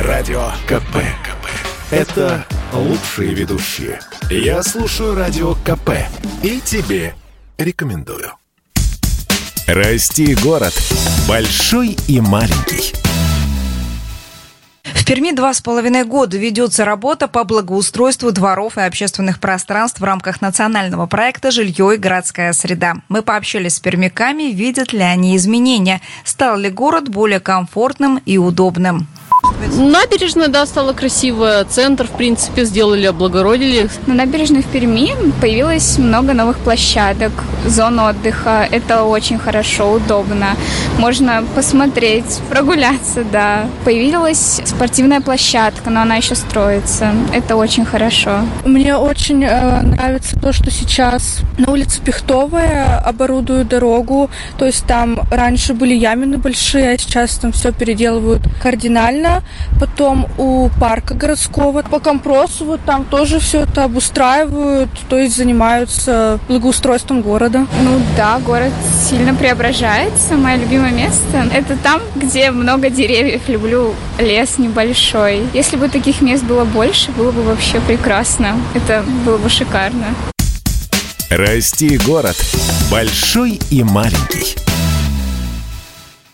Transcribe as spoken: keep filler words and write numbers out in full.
Радио КП. Это лучшие ведущие. Я слушаю Радио КП и тебе рекомендую. Расти город. Большой и маленький. В Перми два с половиной года ведется работа по благоустройству дворов и общественных пространств в рамках национального проекта «Жилье и городская среда». Мы пообщались с пермяками, видят ли они изменения, стал ли город более комфортным и удобным. Набережная, да, стала красивая, центр, в принципе, сделали, облагородили. На набережной в Перми появилось много новых площадок, зон отдыха. Это очень хорошо, удобно. Можно посмотреть, прогуляться, да. Появилась спортивная площадка, но она еще строится. Это очень хорошо. Мне очень э, нравится то, что сейчас на улице Пихтовая оборудуют дорогу. То есть там раньше были ямины большие, а сейчас там все переделывают кардинально. Потом у парка городского по Компросу вот там тоже все это обустраивают, то есть занимаются благоустройством города. Ну да, город сильно преображается. Мое любимое место — это там, где много деревьев. Люблю лес небольшой. Если бы таких мест было больше, было бы вообще прекрасно. Это было бы шикарно. Расти город. Большой и маленький.